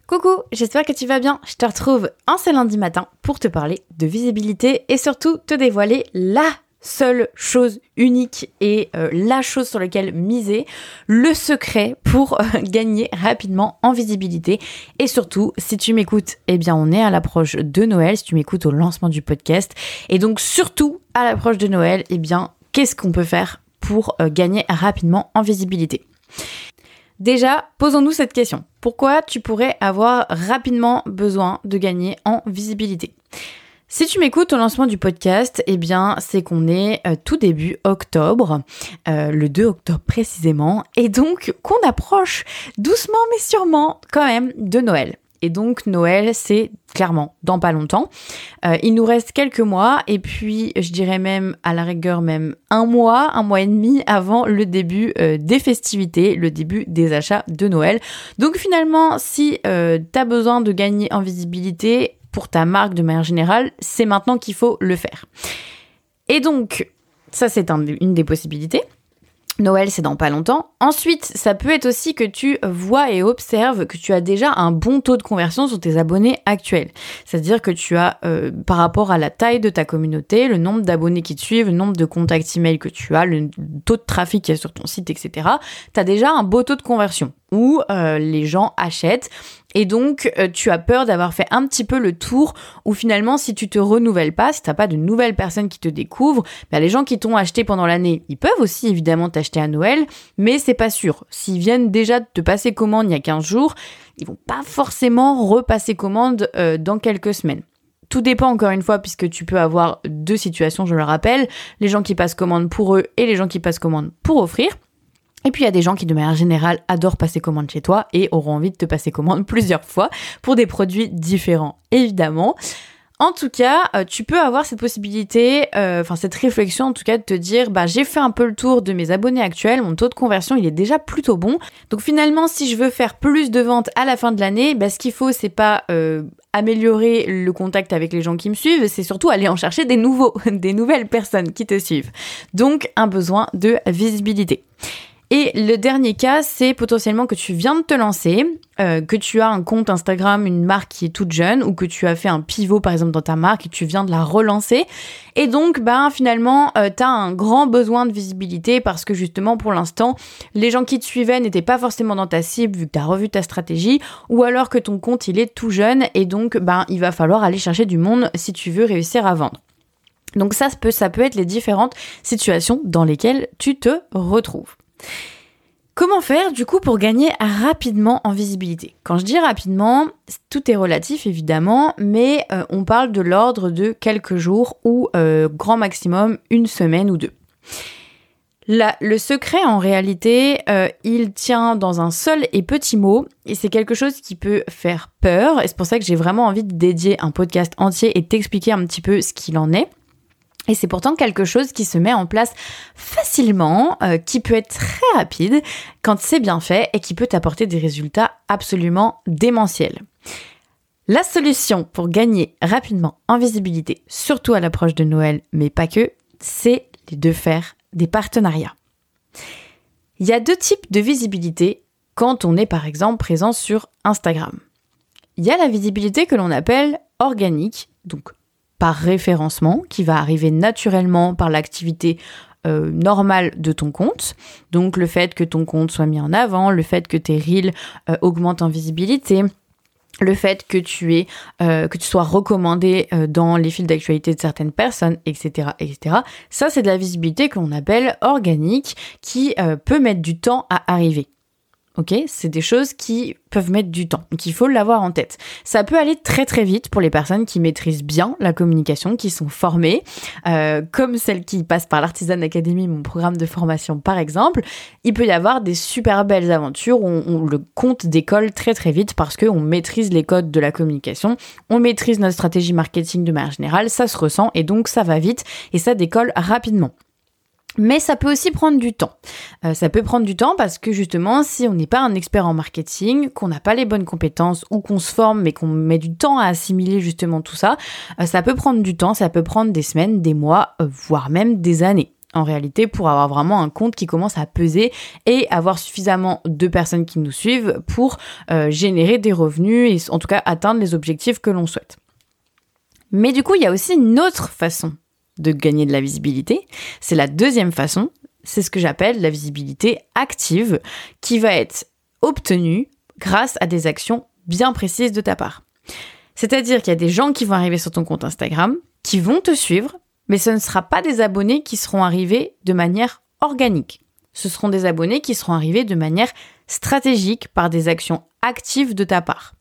Coucou, j'espère que tu vas bien. Je te retrouve un seul lundi matin pour te parler de visibilité et surtout te dévoiler la seule chose unique et la chose sur laquelle miser, le secret pour gagner rapidement en visibilité. Et surtout, si tu m'écoutes, eh bien on est à l'approche de Noël, si tu m'écoutes au lancement du podcast. Et donc surtout à l'approche de Noël, eh bien qu'est-ce qu'on peut faire pour gagner rapidement en visibilité ? Déjà, posons-nous cette question. Pourquoi tu pourrais avoir rapidement besoin de gagner en visibilité ? Si tu m'écoutes au lancement du podcast, eh bien, c'est qu'on est tout début octobre, le 2 octobre précisément, et donc qu'on approche doucement mais sûrement quand même de Noël. Et donc Noël, c'est clairement dans pas longtemps. Il nous reste quelques mois et puis je dirais même à la rigueur même un mois et demi avant le début des festivités, le début des achats de Noël. Donc finalement, si t'as besoin de gagner en visibilité pour ta marque de manière générale, c'est maintenant qu'il faut le faire. Et donc, ça c'est une des possibilités. Noël, c'est dans pas longtemps. Ensuite, ça peut être aussi que tu vois et observes que tu as déjà un bon taux de conversion sur tes abonnés actuels. C'est-à-dire que tu as, par rapport à la taille de ta communauté, le nombre d'abonnés qui te suivent, le nombre de contacts email que tu as, le taux de trafic qu'il y a sur ton site, etc. Tu as déjà un beau taux de conversion où les gens achètent. Et donc, tu as peur d'avoir fait un petit peu le tour où finalement, si tu te renouvelles pas, si t'as pas de nouvelles personnes qui te découvrent, les gens qui t'ont acheté pendant l'année, ils peuvent aussi évidemment t'acheter à Noël, mais c'est pas sûr. S'ils viennent déjà de te passer commande il y a 15 jours, ils vont pas forcément repasser commande dans quelques semaines. Tout dépend encore une fois puisque tu peux avoir deux situations, je le rappelle, les gens qui passent commande pour eux et les gens qui passent commande pour offrir. Et puis il y a des gens qui de manière générale adorent passer commande chez toi et auront envie de te passer commande plusieurs fois pour des produits différents, évidemment. En tout cas, tu peux avoir cette possibilité, cette réflexion en tout cas de te dire j'ai fait un peu le tour de mes abonnés actuels, mon taux de conversion il est déjà plutôt bon. Donc finalement, si je veux faire plus de ventes à la fin de l'année, ce qu'il faut c'est pas améliorer le contact avec les gens qui me suivent, c'est surtout aller en chercher des nouvelles personnes qui te suivent. Donc un besoin de visibilité. Et le dernier cas, c'est potentiellement que tu viens de te lancer, que tu as un compte Instagram, une marque qui est toute jeune, ou que tu as fait un pivot par exemple dans ta marque et tu viens de la relancer. Et donc, finalement, tu as un grand besoin de visibilité parce que justement, pour l'instant, les gens qui te suivaient n'étaient pas forcément dans ta cible vu que tu as revu ta stratégie, ou alors que ton compte, il est tout jeune et donc, il va falloir aller chercher du monde si tu veux réussir à vendre. Donc ça peut être les différentes situations dans lesquelles tu te retrouves. Comment faire du coup pour gagner rapidement en visibilité ? Quand je dis rapidement, tout est relatif évidemment, mais on parle de l'ordre de quelques jours ou grand maximum une semaine ou deux. Là, le secret en réalité, il tient dans un seul et petit mot et c'est quelque chose qui peut faire peur et c'est pour ça que j'ai vraiment envie de dédier un podcast entier et t'expliquer un petit peu ce qu'il en est. Et c'est pourtant quelque chose qui se met en place facilement, qui peut être très rapide quand c'est bien fait et qui peut t'apporter des résultats absolument démentiels. La solution pour gagner rapidement en visibilité, surtout à l'approche de Noël, mais pas que, c'est de faire des partenariats. Il y a deux types de visibilité quand on est par exemple présent sur Instagram. Il y a la visibilité que l'on appelle organique, donc par référencement, qui va arriver naturellement par l'activité normale de ton compte. Donc le fait que ton compte soit mis en avant, le fait que tes reels augmentent en visibilité, le fait que tu sois recommandé dans les fils d'actualité de certaines personnes, etc., etc. Ça, c'est de la visibilité que l'on appelle organique, qui peut mettre du temps à arriver. Ok, c'est des choses qui peuvent mettre du temps, donc il faut l'avoir en tête. Ça peut aller très très vite pour les personnes qui maîtrisent bien la communication, qui sont formées, comme celles qui passent par l'Artisan Academy, mon programme de formation par exemple. Il peut y avoir des super belles aventures où le compte décolle très très vite parce qu'on maîtrise les codes de la communication, on maîtrise notre stratégie marketing de manière générale, ça se ressent et donc ça va vite et ça décolle rapidement. Mais ça peut aussi prendre du temps. Ça peut prendre du temps parce que justement, si on n'est pas un expert en marketing, qu'on n'a pas les bonnes compétences ou qu'on se forme mais qu'on met du temps à assimiler justement tout ça, ça peut prendre du temps, ça peut prendre des semaines, des mois, voire même des années. en réalité, pour avoir vraiment un compte qui commence à peser et avoir suffisamment de personnes qui nous suivent pour générer des revenus et en tout cas atteindre les objectifs que l'on souhaite. Mais du coup, il y a aussi une autre façon de gagner de la visibilité. C'est la deuxième façon, c'est ce que j'appelle la visibilité active, qui va être obtenue grâce à des actions bien précises de ta part. C'est-à-dire qu'il y a des gens qui vont arriver sur ton compte Instagram, qui vont te suivre, mais ce ne sera pas des abonnés qui seront arrivés de manière organique. Ce seront des abonnés qui seront arrivés de manière stratégique par des actions actives de ta part.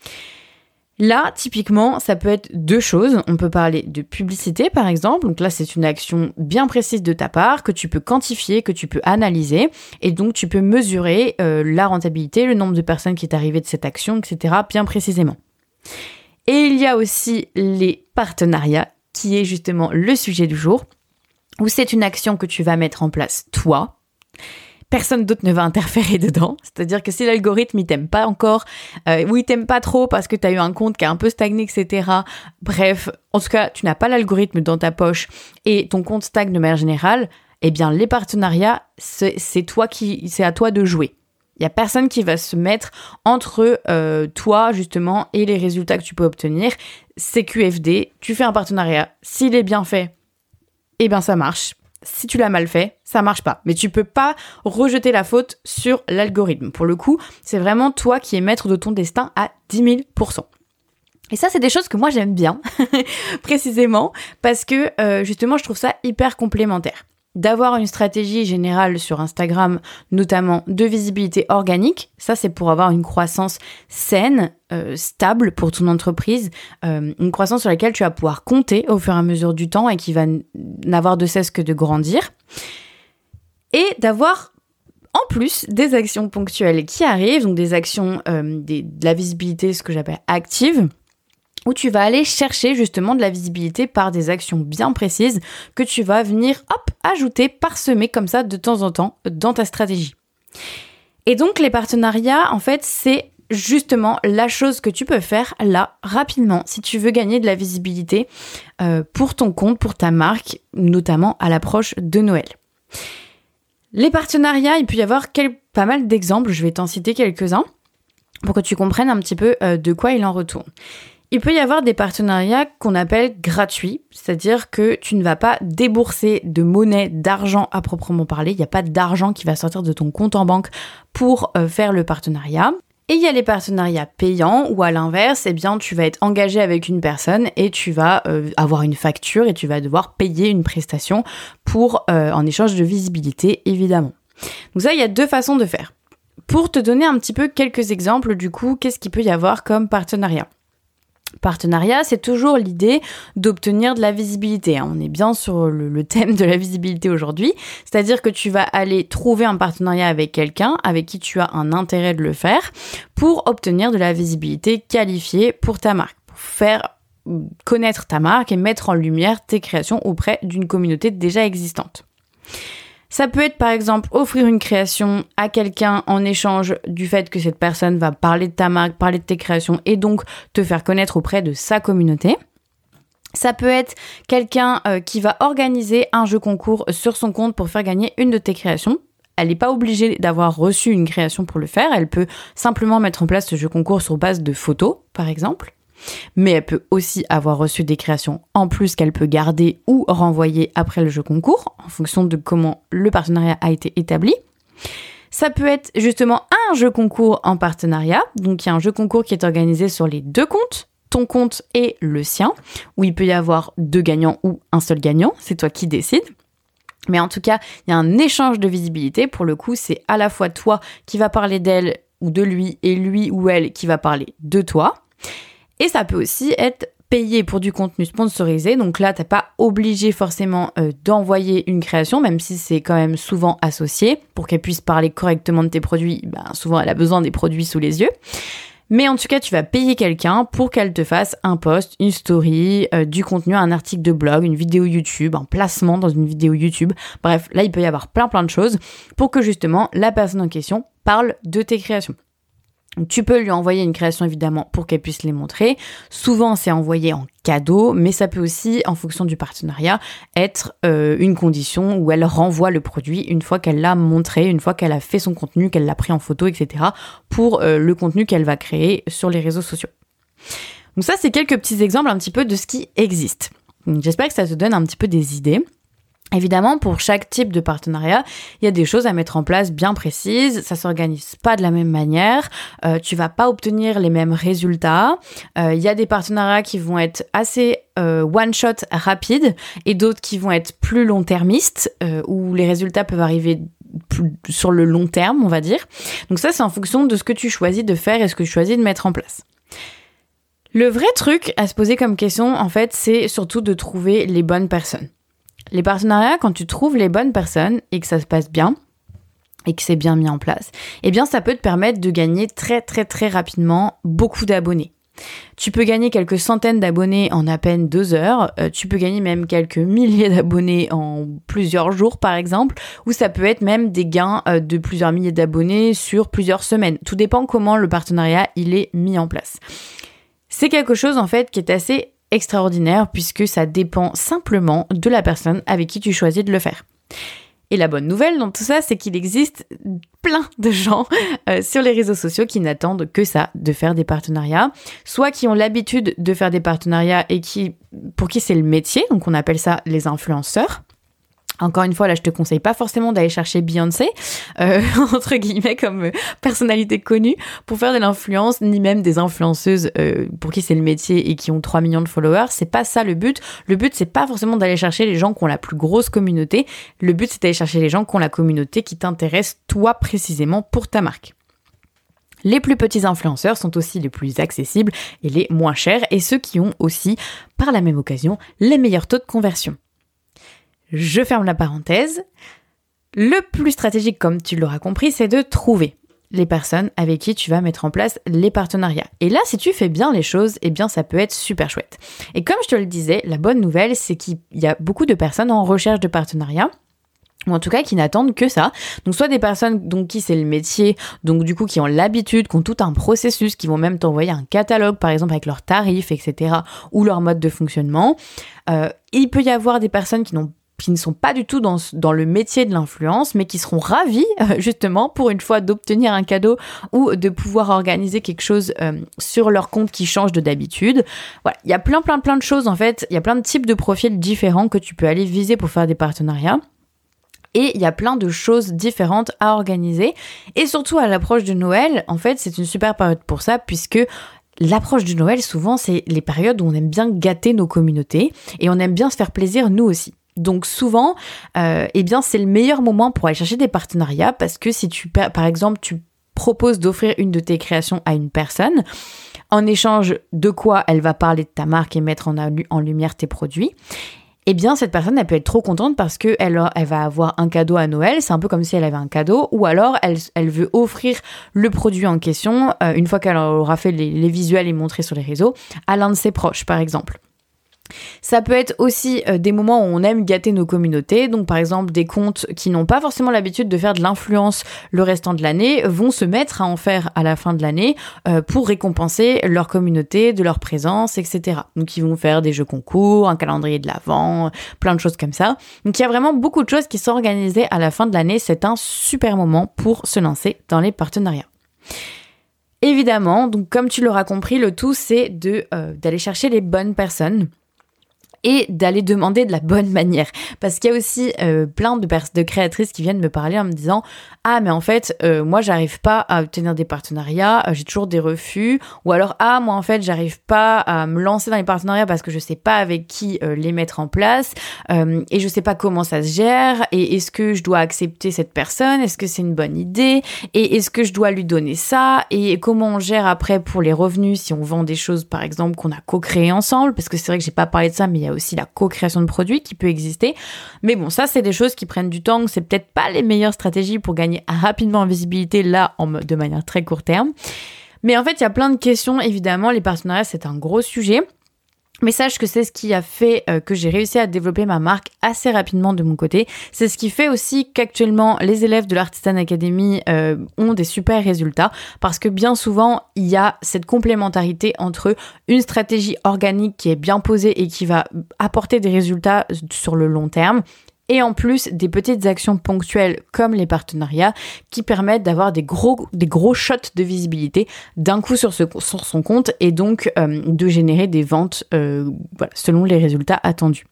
Là, typiquement, ça peut être deux choses. On peut parler de publicité, par exemple. Donc là, c'est une action bien précise de ta part que tu peux quantifier, que tu peux analyser. Et donc, tu peux mesurer la rentabilité, le nombre de personnes qui est arrivé de cette action, etc. bien précisément. Et il y a aussi les partenariats, qui est justement le sujet du jour, où c'est une action que tu vas mettre en place toi. Personne d'autre ne va interférer dedans. C'est-à-dire que si l'algorithme, il t'aime pas encore, ou il t'aime pas trop parce que tu as eu un compte qui a un peu stagné, etc. Bref, en tout cas, tu n'as pas l'algorithme dans ta poche et ton compte stagne de manière générale, eh bien, les partenariats, c'est à toi de jouer. Il y a personne qui va se mettre entre toi, justement, et les résultats que tu peux obtenir. C'est QFD, tu fais un partenariat. S'il est bien fait, eh bien, ça marche. Si tu l'as mal fait, ça marche pas. Mais tu peux pas rejeter la faute sur l'algorithme. Pour le coup, c'est vraiment toi qui es maître de ton destin à 10 000%. Et ça, c'est des choses que moi, j'aime bien, précisément, parce que, justement, je trouve ça hyper complémentaire. D'avoir une stratégie générale sur Instagram, notamment de visibilité organique, ça c'est pour avoir une croissance saine, stable pour ton entreprise, une croissance sur laquelle tu vas pouvoir compter au fur et à mesure du temps et qui va n'avoir de cesse que de grandir. Et d'avoir en plus des actions ponctuelles qui arrivent, donc des actions, de la visibilité, ce que j'appelle active, où tu vas aller chercher justement de la visibilité par des actions bien précises que tu vas venir, ajouter, parsemer comme ça de temps en temps dans ta stratégie. Et donc les partenariats, en fait, c'est justement la chose que tu peux faire là, rapidement, si tu veux gagner de la visibilité pour ton compte, pour ta marque, notamment à l'approche de Noël. Les partenariats, il peut y avoir pas mal d'exemples, je vais t'en citer quelques-uns pour que tu comprennes un petit peu de quoi il en retourne. Il peut y avoir des partenariats qu'on appelle gratuits, c'est-à-dire que tu ne vas pas débourser de monnaie, d'argent à proprement parler, il n'y a pas d'argent qui va sortir de ton compte en banque pour faire le partenariat. Et il y a les partenariats payants où à l'inverse, eh bien, tu vas être engagé avec une personne et tu vas avoir une facture et tu vas devoir payer une prestation pour en échange de visibilité, évidemment. Donc ça, il y a deux façons de faire. Pour te donner un petit peu quelques exemples, du coup, qu'est-ce qu'il peut y avoir comme partenariat ? Partenariat, c'est toujours l'idée d'obtenir de la visibilité. On est bien sur le thème de la visibilité aujourd'hui. C'est-à-dire que tu vas aller trouver un partenariat avec quelqu'un avec qui tu as un intérêt de le faire pour obtenir de la visibilité qualifiée pour ta marque, pour faire connaître ta marque et mettre en lumière tes créations auprès d'une communauté déjà existante. Ça peut être par exemple offrir une création à quelqu'un en échange du fait que cette personne va parler de ta marque, parler de tes créations et donc te faire connaître auprès de sa communauté. Ça peut être quelqu'un qui va organiser un jeu concours sur son compte pour faire gagner une de tes créations. Elle n'est pas obligée d'avoir reçu une création pour le faire, elle peut simplement mettre en place ce jeu concours sur base de photos par exemple. Mais elle peut aussi avoir reçu des créations en plus qu'elle peut garder ou renvoyer après le jeu concours, en fonction de comment le partenariat a été établi. Ça peut être justement un jeu concours en partenariat, donc il y a un jeu concours qui est organisé sur les deux comptes, ton compte et le sien, où il peut y avoir deux gagnants ou un seul gagnant, c'est toi qui décides. Mais en tout cas, il y a un échange de visibilité, pour le coup, c'est à la fois toi qui vas parler d'elle ou de lui, et lui ou elle qui va parler de toi. Et ça peut aussi être payé pour du contenu sponsorisé. Donc là, t'es pas obligé forcément d'envoyer une création, même si c'est quand même souvent associé. Pour qu'elle puisse parler correctement de tes produits, souvent elle a besoin des produits sous les yeux. Mais en tout cas, tu vas payer quelqu'un pour qu'elle te fasse un post, une story, du contenu, un article de blog, une vidéo YouTube, un placement dans une vidéo YouTube. Bref, là, il peut y avoir plein de choses pour que justement la personne en question parle de tes créations. Donc, tu peux lui envoyer une création évidemment pour qu'elle puisse les montrer. Souvent, c'est envoyé en cadeau, mais ça peut aussi, en fonction du partenariat, être une condition où elle renvoie le produit une fois qu'elle l'a montré, une fois qu'elle a fait son contenu, qu'elle l'a pris en photo, etc. pour le contenu qu'elle va créer sur les réseaux sociaux. Donc ça, c'est quelques petits exemples un petit peu de ce qui existe. Donc, j'espère que ça te donne un petit peu des idées. Évidemment, pour chaque type de partenariat, il y a des choses à mettre en place bien précises. Ça s'organise pas de la même manière. Tu vas pas obtenir les mêmes résultats. Il y a des partenariats qui vont être assez one shot rapides et d'autres qui vont être plus long-termistes où les résultats peuvent arriver sur le long terme, on va dire. Donc ça, c'est en fonction de ce que tu choisis de faire et ce que tu choisis de mettre en place. Le vrai truc à se poser comme question, en fait, c'est surtout de trouver les bonnes personnes. Les partenariats, quand tu trouves les bonnes personnes et que ça se passe bien et que c'est bien mis en place, eh bien ça peut te permettre de gagner très très très rapidement beaucoup d'abonnés. Tu peux gagner quelques centaines d'abonnés en à peine 2 heures, tu peux gagner même quelques milliers d'abonnés en plusieurs jours par exemple, ou ça peut être même des gains de plusieurs milliers d'abonnés sur plusieurs semaines. Tout dépend comment le partenariat il est mis en place. C'est quelque chose en fait qui est assez extraordinaire puisque ça dépend simplement de la personne avec qui tu choisis de le faire. Et la bonne nouvelle dans tout ça, c'est qu'il existe plein de gens sur les réseaux sociaux qui n'attendent que ça, de faire des partenariats, soit qui ont l'habitude de faire des partenariats et pour qui c'est le métier, donc on appelle ça les influenceurs. Encore une fois, là, je te conseille pas forcément d'aller chercher Beyoncé, entre guillemets, comme personnalité connue, pour faire de l'influence, ni même des influenceuses pour qui c'est le métier et qui ont 3 millions de followers. C'est pas ça le but. Le but, c'est pas forcément d'aller chercher les gens qui ont la plus grosse communauté. Le but, c'est d'aller chercher les gens qui ont la communauté qui t'intéresse, toi, précisément, pour ta marque. Les plus petits influenceurs sont aussi les plus accessibles et les moins chers, et ceux qui ont aussi, par la même occasion, les meilleurs taux de conversion. Je ferme la parenthèse. Le plus stratégique, comme tu l'auras compris, c'est de trouver les personnes avec qui tu vas mettre en place les partenariats. Et là, si tu fais bien les choses, eh bien, ça peut être super chouette. Et comme je te le disais, la bonne nouvelle, c'est qu'il y a beaucoup de personnes en recherche de partenariats, ou en tout cas qui n'attendent que ça. Donc soit des personnes dont qui c'est le métier, donc du coup qui ont l'habitude, qui ont tout un processus, qui vont même t'envoyer un catalogue par exemple avec leurs tarifs, etc. ou leur mode de fonctionnement. Il peut y avoir des personnes qui ne sont pas du tout dans le métier de l'influence, mais qui seront ravis, justement, pour une fois d'obtenir un cadeau ou de pouvoir organiser quelque chose sur leur compte qui change de d'habitude. Voilà, il y a plein de choses, en fait. Il y a plein de types de profils différents que tu peux aller viser pour faire des partenariats. Et il y a plein de choses différentes à organiser. Et surtout, à l'approche de Noël, en fait, c'est une super période pour ça, puisque l'approche du Noël, souvent, c'est les périodes où on aime bien gâter nos communautés et on aime bien se faire plaisir, nous aussi. Donc souvent, eh bien c'est le meilleur moment pour aller chercher des partenariats parce que si par exemple tu proposes d'offrir une de tes créations à une personne, en échange de quoi elle va parler de ta marque et mettre en lumière tes produits, eh bien cette personne elle peut être trop contente parce que elle va avoir un cadeau à Noël, c'est un peu comme si elle avait un cadeau, ou alors elle veut offrir le produit en question une fois qu'elle aura fait les visuels et montré sur les réseaux à l'un de ses proches par exemple. Ça peut être aussi des moments où on aime gâter nos communautés, donc par exemple des comptes qui n'ont pas forcément l'habitude de faire de l'influence le restant de l'année vont se mettre à en faire à la fin de l'année pour récompenser leur communauté de leur présence, etc. Donc ils vont faire des jeux concours, un calendrier de l'Avent, plein de choses comme ça. Donc il y a vraiment beaucoup de choses qui sont organisées à la fin de l'année, c'est un super moment pour se lancer dans les partenariats. Évidemment, donc comme tu l'auras compris, le tout c'est d'aller chercher les bonnes personnes et d'aller demander de la bonne manière. Parce qu'il y a aussi plein de créatrices qui viennent me parler en me disant « Ah, mais en fait, moi, j'arrive pas à obtenir des partenariats, j'ai toujours des refus. » Ou alors « Ah, moi, en fait, j'arrive pas à me lancer dans les partenariats parce que je sais pas avec qui les mettre en place et je sais pas comment ça se gère. Et est-ce que je dois accepter cette personne? Est-ce que c'est une bonne idée? Et est-ce que je dois lui donner ça? Et comment on gère après pour les revenus si on vend des choses, par exemple, qu'on a co-créées ensemble? Parce que c'est vrai que j'ai pas parlé de ça, mais il y a aussi la co-création de produits qui peut exister. Mais bon, ça, c'est des choses qui prennent du temps. C'est peut-être pas les meilleures stratégies pour gagner rapidement en visibilité là, de manière très court terme. Mais en fait, il y a plein de questions. Évidemment, les partenariats, c'est un gros sujet. Mais sache que c'est ce qui a fait que j'ai réussi à développer ma marque assez rapidement de mon côté. C'est ce qui fait aussi qu'actuellement, les élèves de l'Artisan Academy ont des super résultats parce que bien souvent, il y a cette complémentarité entre une stratégie organique qui est bien posée et qui va apporter des résultats sur le long terme, et en plus des petites actions ponctuelles comme les partenariats qui permettent d'avoir des gros shots de visibilité d'un coup sur son compte et donc de générer des ventes selon les résultats attendus.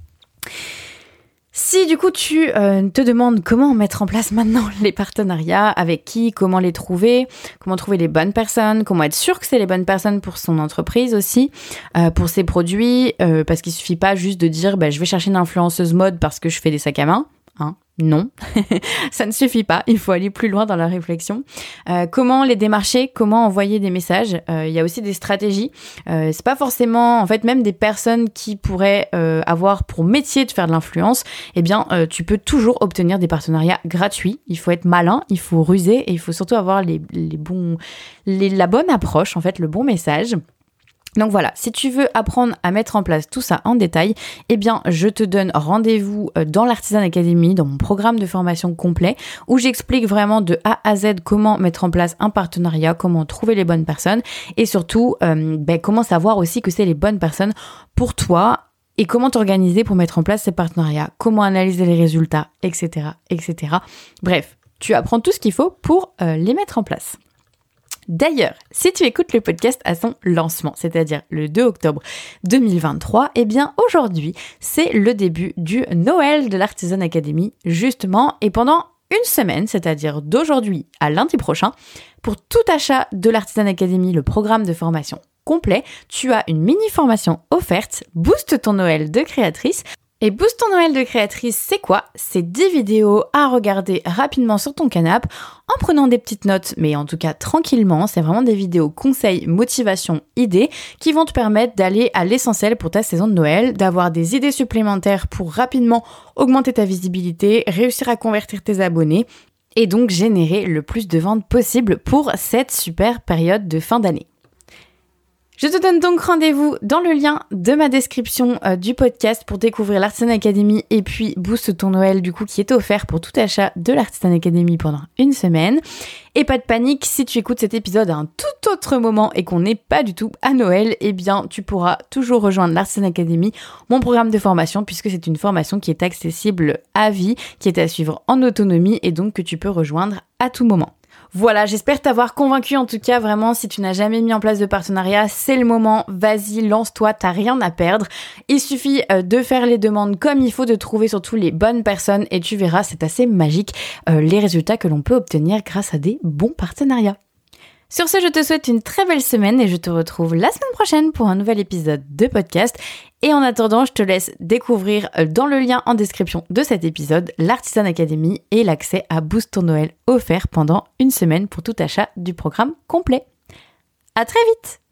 Si du coup tu te demandes comment mettre en place maintenant les partenariats, avec qui, comment les trouver, comment trouver les bonnes personnes, comment être sûr que c'est les bonnes personnes pour son entreprise aussi, pour ses produits, parce qu'il suffit pas juste de dire je vais chercher une influenceuse mode parce que je fais des sacs à main. Non, ça ne suffit pas, il faut aller plus loin dans la réflexion. Comment les démarcher, comment envoyer des messages, il y a aussi des stratégies. C'est pas forcément, en fait, même des personnes qui pourraient avoir pour métier de faire de l'influence, tu peux toujours obtenir des partenariats gratuits. Il faut être malin, il faut ruser et il faut surtout avoir la bonne approche, en fait, le bon message. Donc voilà, si tu veux apprendre à mettre en place tout ça en détail, je te donne rendez-vous dans l'Artisan Academy, dans mon programme de formation complet, où j'explique vraiment de A à Z comment mettre en place un partenariat, comment trouver les bonnes personnes, et surtout comment savoir aussi que c'est les bonnes personnes pour toi, et comment t'organiser pour mettre en place ces partenariats, comment analyser les résultats, etc., etc. Bref, tu apprends tout ce qu'il faut pour les mettre en place. D'ailleurs, si tu écoutes le podcast à son lancement, c'est-à-dire le 2 octobre 2023, aujourd'hui, c'est le début du Noël de l'Artisan Academy, justement, et pendant une semaine, c'est-à-dire d'aujourd'hui à lundi prochain, pour tout achat de l'Artisan Academy, le programme de formation complet, tu as une mini-formation offerte, Boost ton Noël de créatrice. Et Boost ton Noël de créatrice, c'est quoi ? C'est 10 vidéos à regarder rapidement sur ton canapé en prenant des petites notes, mais en tout cas tranquillement. C'est vraiment des vidéos conseils, motivation, idées qui vont te permettre d'aller à l'essentiel pour ta saison de Noël, d'avoir des idées supplémentaires pour rapidement augmenter ta visibilité, réussir à convertir tes abonnés et donc générer le plus de ventes possible pour cette super période de fin d'année. Je te donne donc rendez-vous dans le lien de ma description du podcast pour découvrir l'Artisan Academy et puis Boost ton Noël du coup qui est offert pour tout achat de l'Artisan Academy pendant une semaine. Et pas de panique, si tu écoutes cet épisode à un tout autre moment et qu'on n'est pas du tout à Noël, tu pourras toujours rejoindre l'Artisan Academy, mon programme de formation, puisque c'est une formation qui est accessible à vie, qui est à suivre en autonomie et donc que tu peux rejoindre à tout moment. Voilà, j'espère t'avoir convaincu en tout cas, vraiment, si tu n'as jamais mis en place de partenariat, c'est le moment, vas-y, lance-toi, t'as rien à perdre. Il suffit de faire les demandes comme il faut, de trouver surtout les bonnes personnes et tu verras, c'est assez magique les résultats que l'on peut obtenir grâce à des bons partenariats. Sur ce, je te souhaite une très belle semaine et je te retrouve la semaine prochaine pour un nouvel épisode de podcast. Et en attendant, je te laisse découvrir dans le lien en description de cet épisode l'Artisan Academy et l'accès à Boost ton Noël offert pendant une semaine pour tout achat du programme complet. À très vite!